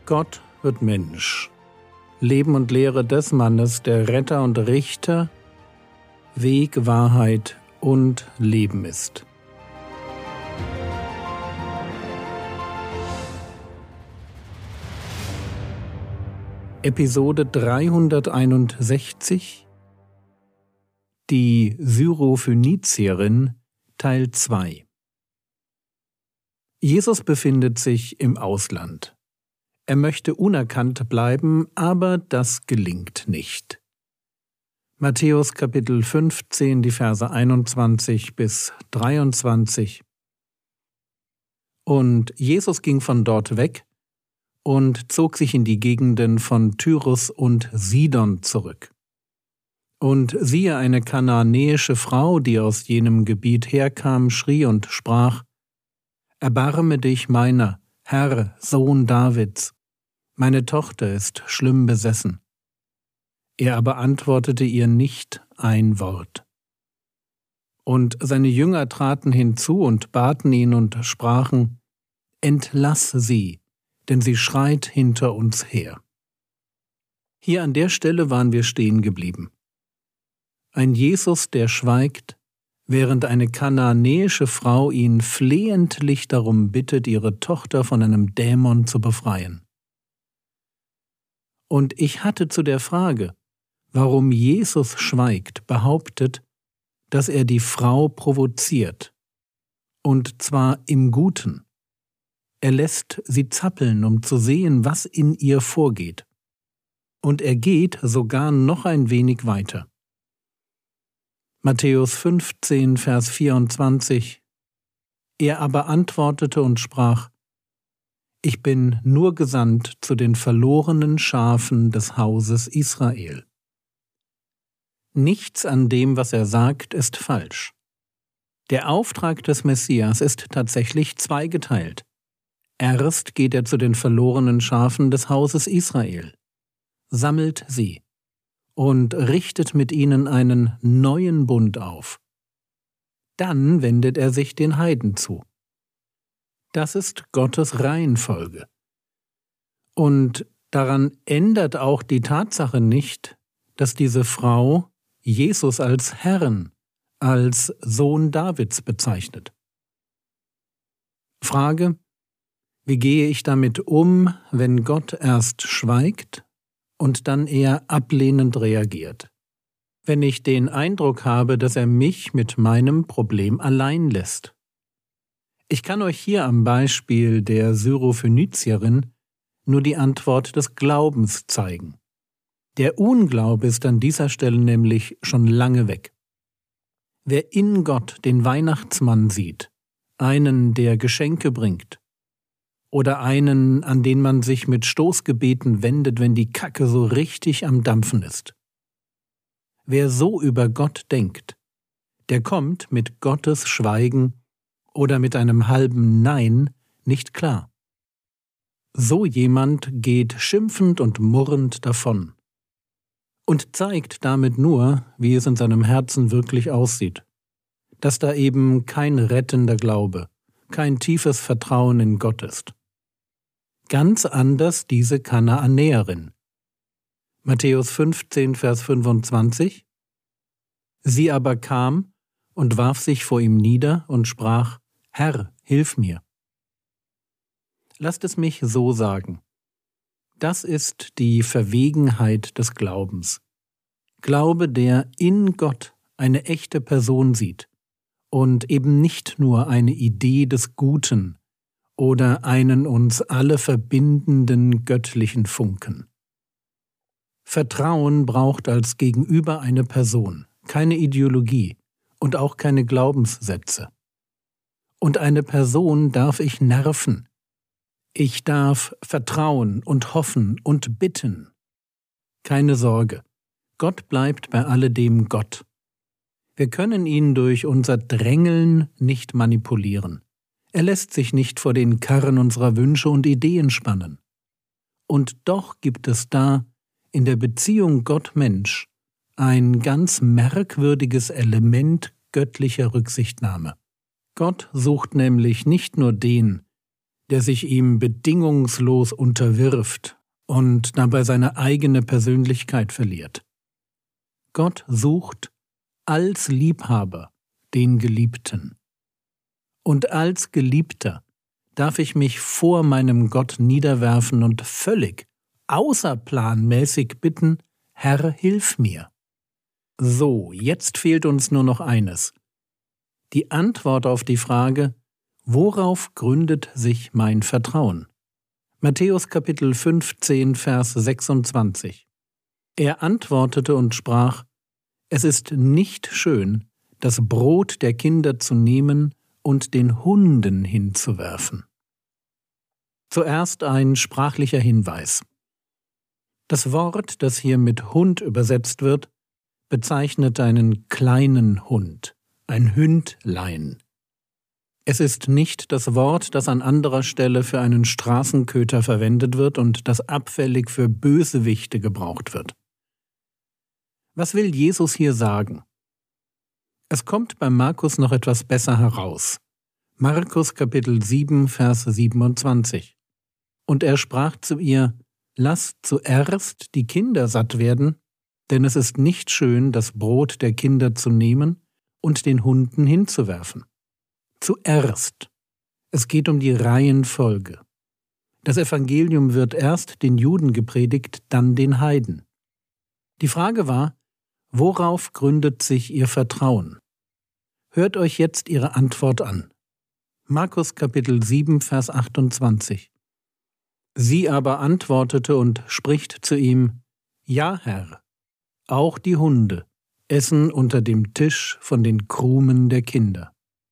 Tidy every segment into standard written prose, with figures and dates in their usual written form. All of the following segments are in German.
Gott wird Mensch. Leben und Lehre des Mannes, der Retter und Richter, Weg, Wahrheit und Leben ist. Episode 361 Die Syrophönizierin, Teil 2. Jesus befindet sich im Ausland. Er möchte unerkannt bleiben, aber das gelingt nicht. Matthäus Kapitel 15, die Verse 21 bis 23. Und Jesus ging von dort weg und zog sich in die Gegenden von Tyrus und Sidon zurück. Und siehe, eine kanaanäische Frau, die aus jenem Gebiet herkam, schrie und sprach: Erbarme dich meiner, Herr, Sohn Davids, meine Tochter ist schlimm besessen. Er aber antwortete ihr nicht ein Wort. Und seine Jünger traten hinzu und baten ihn und sprachen: Entlass sie, denn sie schreit hinter uns her. Hier an der Stelle waren wir stehen geblieben. Ein Jesus, der schweigt, während eine kanaanäische Frau ihn flehentlich darum bittet, ihre Tochter von einem Dämon zu befreien. Und ich hatte zu der Frage, warum Jesus schweigt, behauptet, dass er die Frau provoziert, und zwar im Guten. Er lässt sie zappeln, um zu sehen, was in ihr vorgeht. Und er geht sogar noch ein wenig weiter. Matthäus 15, Vers 24. Er aber antwortete und sprach: Ich bin nur gesandt zu den verlorenen Schafen des Hauses Israel. Nichts an dem, was er sagt, ist falsch. Der Auftrag des Messias ist tatsächlich zweigeteilt. Erst geht er zu den verlorenen Schafen des Hauses Israel, sammelt sie und richtet mit ihnen einen neuen Bund auf. Dann wendet er sich den Heiden zu. Das ist Gottes Reihenfolge. Und daran ändert auch die Tatsache nicht, dass diese Frau Jesus als Herrn, als Sohn Davids bezeichnet. Frage: Wie gehe ich damit um, wenn Gott erst schweigt und dann eher ablehnend reagiert? Wenn ich den Eindruck habe, dass er mich mit meinem Problem allein lässt? Ich kann euch hier am Beispiel der Syrophönizierin nur die Antwort des Glaubens zeigen. Der Unglaube ist an dieser Stelle nämlich schon lange weg. Wer in Gott den Weihnachtsmann sieht, einen, der Geschenke bringt, oder einen, an den man sich mit Stoßgebeten wendet, wenn die Kacke so richtig am Dampfen ist. Wer so über Gott denkt, der kommt mit Gottes Schweigen oder mit einem halben Nein nicht klar. So jemand geht schimpfend und murrend davon und zeigt damit nur, wie es in seinem Herzen wirklich aussieht, dass da eben kein rettender Glaube, kein tiefes Vertrauen in Gott ist. Ganz anders diese Kanaanäerin. Matthäus 15, Vers 25. Sie aber kam und warf sich vor ihm nieder und sprach: Herr, hilf mir. Lasst es mich so sagen. Das ist die Verwegenheit des Glaubens. Glaube, der in Gott eine echte Person sieht und eben nicht nur eine Idee des Guten oder einen uns alle verbindenden göttlichen Funken. Vertrauen braucht als Gegenüber eine Person, keine Ideologie und auch keine Glaubenssätze. Und eine Person darf ich nerven. Ich darf vertrauen und hoffen und bitten. Keine Sorge, Gott bleibt bei alledem Gott. Wir können ihn durch unser Drängeln nicht manipulieren. Er lässt sich nicht vor den Karren unserer Wünsche und Ideen spannen. Und doch gibt es da, in der Beziehung Gott-Mensch, ein ganz merkwürdiges Element göttlicher Rücksichtnahme. Gott sucht nämlich nicht nur den, der sich ihm bedingungslos unterwirft und dabei seine eigene Persönlichkeit verliert. Gott sucht als Liebhaber den Geliebten. Und als Geliebter darf ich mich vor meinem Gott niederwerfen und völlig außerplanmäßig bitten, Herr, hilf mir. So, jetzt fehlt uns nur noch eines. Die Antwort auf die Frage, worauf gründet sich mein Vertrauen? Matthäus Kapitel 15, Vers 26. Er antwortete und sprach, es ist nicht schön, das Brot der Kinder zu nehmen und den Hunden hinzuwerfen. Zuerst ein sprachlicher Hinweis. Das Wort, das hier mit Hund übersetzt wird, bezeichnet einen kleinen Hund, ein Hündlein. Es ist nicht das Wort, das an anderer Stelle für einen Straßenköter verwendet wird und das abfällig für Bösewichte gebraucht wird. Was will Jesus hier sagen? Es kommt bei Markus noch etwas besser heraus. Markus Kapitel 7, Vers 27. Und er sprach zu ihr, lasst zuerst die Kinder satt werden, denn es ist nicht schön, das Brot der Kinder zu nehmen und den Hunden hinzuwerfen. Zuerst. Es geht um die Reihenfolge. Das Evangelium wird erst den Juden gepredigt, dann den Heiden. Die Frage war, worauf gründet sich ihr Vertrauen? Hört euch jetzt ihre Antwort an. Markus Kapitel 7, Vers 28. Sie aber antwortete und spricht zu ihm, ja, Herr, auch die Hunde essen unter dem Tisch von den Krumen der Kinder.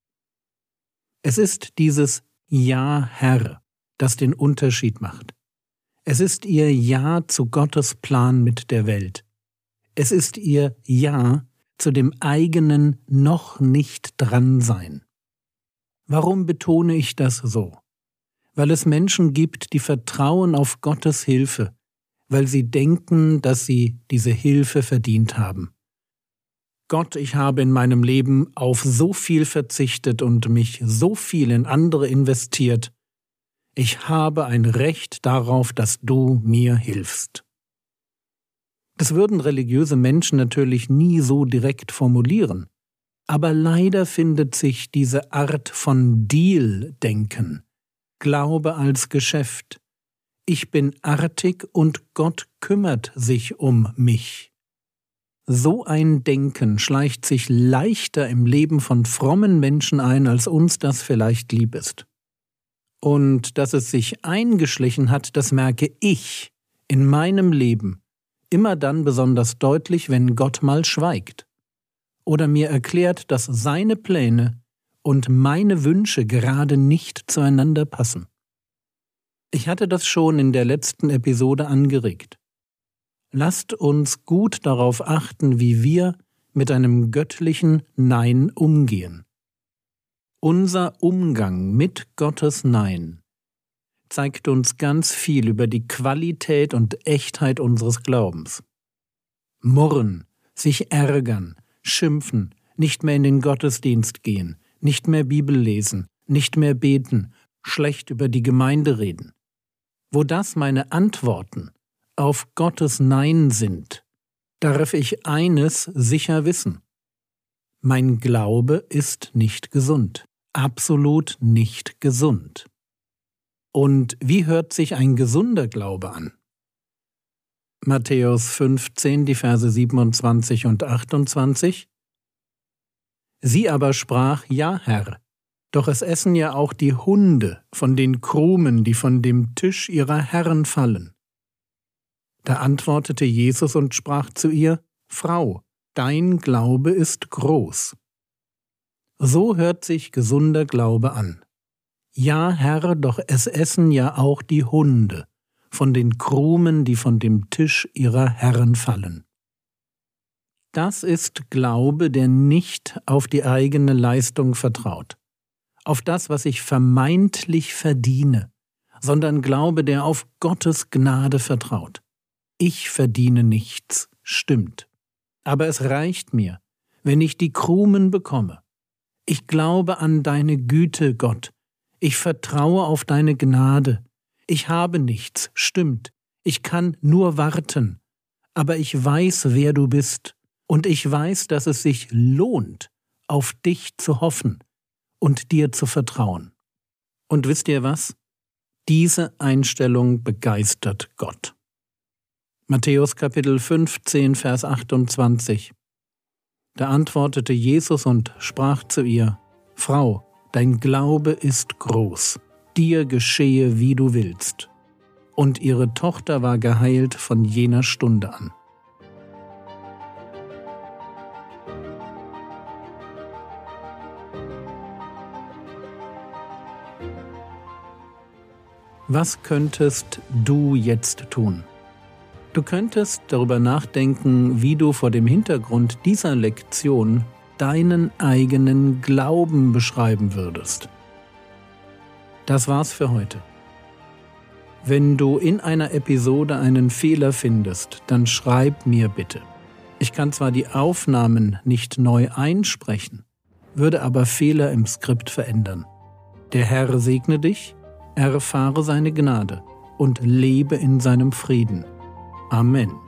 Es ist dieses Ja, Herr, das den Unterschied macht. Es ist ihr Ja zu Gottes Plan mit der Welt. Es ist ihr Ja zu dem eigenen noch nicht dran sein. Warum betone ich das so? Weil es Menschen gibt, die vertrauen auf Gottes Hilfe, weil sie denken, dass sie diese Hilfe verdient haben. Gott, ich habe in meinem Leben auf so viel verzichtet und mich so viel in andere investiert. Ich habe ein Recht darauf, dass du mir hilfst. Das würden religiöse Menschen natürlich nie so direkt formulieren. Aber leider findet sich diese Art von Deal-Denken, Glaube als Geschäft. Ich bin artig und Gott kümmert sich um mich. So ein Denken schleicht sich leichter im Leben von frommen Menschen ein, als uns das vielleicht lieb ist. Und dass es sich eingeschlichen hat, das merke ich in meinem Leben immer dann besonders deutlich, wenn Gott mal schweigt oder mir erklärt, dass seine Pläne und meine Wünsche gerade nicht zueinander passen. Ich hatte das schon in der letzten Episode angeregt. Lasst uns gut darauf achten, wie wir mit einem göttlichen Nein umgehen. Unser Umgang mit Gottes Nein zeigt uns ganz viel über die Qualität und Echtheit unseres Glaubens. Murren, sich ärgern, schimpfen, nicht mehr in den Gottesdienst gehen, nicht mehr Bibel lesen, nicht mehr beten, schlecht über die Gemeinde reden. Wo das meine Antworten auf Gottes Nein sind, darf ich eines sicher wissen. Mein Glaube ist nicht gesund, absolut nicht gesund. Und wie hört sich ein gesunder Glaube an? Matthäus 15, die Verse 27 und 28. Sie aber sprach, ja, Herr, doch es essen ja auch die Hunde von den Krumen, die von dem Tisch ihrer Herren fallen. Da antwortete Jesus und sprach zu ihr, Frau, dein Glaube ist groß. So hört sich gesunder Glaube an. Ja, Herr, doch es essen ja auch die Hunde von den Krumen, die von dem Tisch ihrer Herren fallen. Das ist Glaube, der nicht auf die eigene Leistung vertraut, auf das, was ich vermeintlich verdiene, sondern Glaube, der auf Gottes Gnade vertraut. Ich verdiene nichts, stimmt. Aber es reicht mir, wenn ich die Krumen bekomme. Ich glaube an deine Güte, Gott. Ich vertraue auf deine Gnade. Ich habe nichts, stimmt. Ich kann nur warten. Aber ich weiß, wer du bist. Und ich weiß, dass es sich lohnt, auf dich zu hoffen und dir zu vertrauen. Und wisst ihr was? Diese Einstellung begeistert Gott. Matthäus Kapitel 15, Vers 28. Da antwortete Jesus und sprach zu ihr: Frau, dein Glaube ist groß, dir geschehe, wie du willst. Und ihre Tochter war geheilt von jener Stunde an. Was könntest du jetzt tun? Du könntest darüber nachdenken, wie du vor dem Hintergrund dieser Lektion deinen eigenen Glauben beschreiben würdest. Das war's für heute. Wenn du in einer Episode einen Fehler findest, dann schreib mir bitte. Ich kann zwar die Aufnahmen nicht neu einsprechen, würde aber Fehler im Skript verändern. Der Herr segne dich, erfahre seine Gnade und lebe in seinem Frieden. Amen.